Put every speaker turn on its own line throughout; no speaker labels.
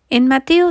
En Mateo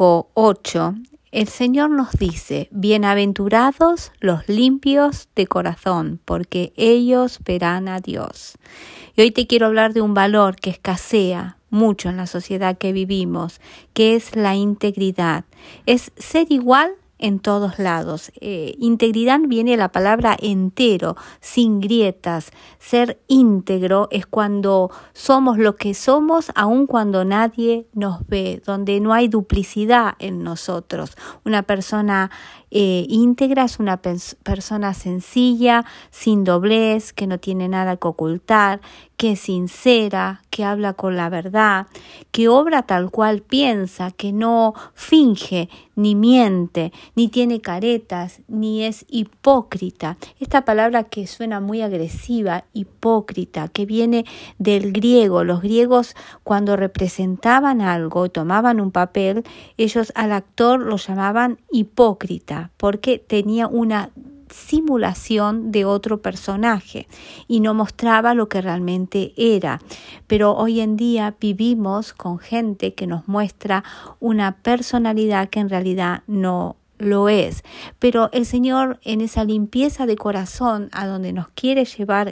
5:8, el Señor nos dice: bienaventurados los limpios de corazón, porque ellos verán a Dios. Y hoy te quiero hablar de un valor que escasea mucho en la sociedad que vivimos, que es la integridad. Es ser igual en todos lados. Integridad viene de la palabra entero, sin grietas. Ser íntegro es cuando somos lo que somos, aun cuando nadie nos ve, donde no hay duplicidad en nosotros. Una persona íntegra es una persona sencilla, sin doblez, que no tiene nada que ocultar, que es sincera, que habla con la verdad, que obra tal cual piensa, que no finge, ni miente, ni tiene caretas, ni es hipócrita. Esta palabra que suena muy agresiva, hipócrita, que viene del griego. Los griegos, cuando representaban algo, tomaban un papel, ellos al actor lo llamaban hipócrita, porque tenía una simulación de otro personaje y no mostraba lo que realmente era. Pero hoy en día vivimos con gente que nos muestra una personalidad que en realidad no lo es. Pero el Señor, en esa limpieza de corazón a donde nos quiere llevar,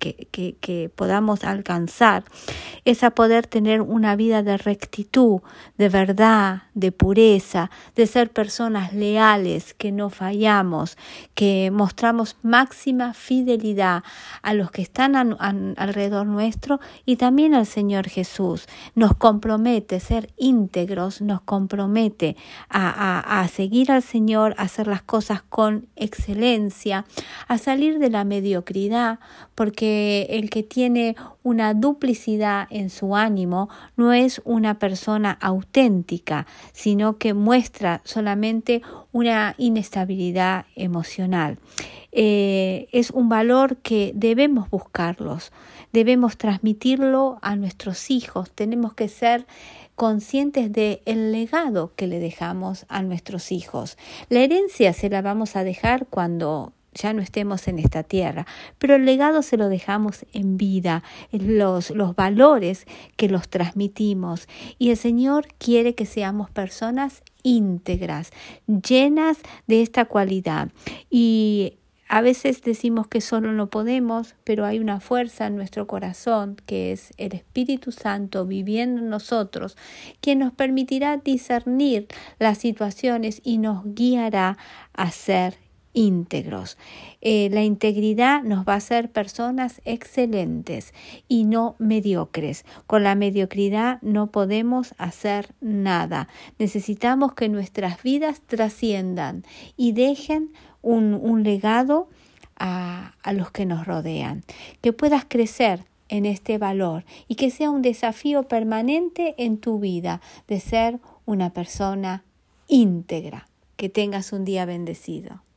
que podamos alcanzar, es a poder tener una vida de rectitud, de verdad, de pureza, de ser personas leales, que no fallamos, que mostramos máxima fidelidad a los que están alrededor nuestro y también al Señor Jesús. Nos compromete ser íntegros, nos compromete a seguir al Señor, a hacer las cosas con excelencia, a salir de la mediocridad, porque el que tiene una duplicidad en su ánimo no es una persona auténtica, sino que muestra solamente una inestabilidad emocional. Es un valor que debemos buscarlos, debemos transmitirlo a nuestros hijos, tenemos que ser conscientes del legado que le dejamos a nuestros hijos. La herencia se la vamos a dejar cuando ya no estemos en esta tierra, pero el legado se lo dejamos en vida, los valores que los transmitimos. Y el Señor quiere que seamos personas íntegras, llenas de esta cualidad. Y a veces decimos que solo no podemos, pero hay una fuerza en nuestro corazón, que es el Espíritu Santo viviendo en nosotros, que nos permitirá discernir las situaciones y nos guiará a ser íntegros. La integridad nos va a hacer personas excelentes y no mediocres. Con la mediocridad no podemos hacer nada. Necesitamos que nuestras vidas trasciendan y dejen un legado a los que nos rodean. Que puedas crecer en este valor y que sea un desafío permanente en tu vida de ser una persona íntegra. Que tengas un día bendecido.